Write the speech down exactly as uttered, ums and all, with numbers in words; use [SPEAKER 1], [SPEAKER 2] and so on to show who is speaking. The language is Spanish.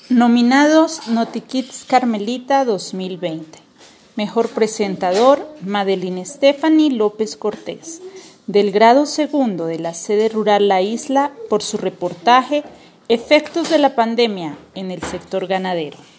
[SPEAKER 1] Nominados NotiKids Carmelita dos mil veinte. Mejor presentador, Madeline Stephanie López Cortés, del grado segundo de la sede rural La Isla, por su reportaje Efectos de la pandemia en el sector ganadero.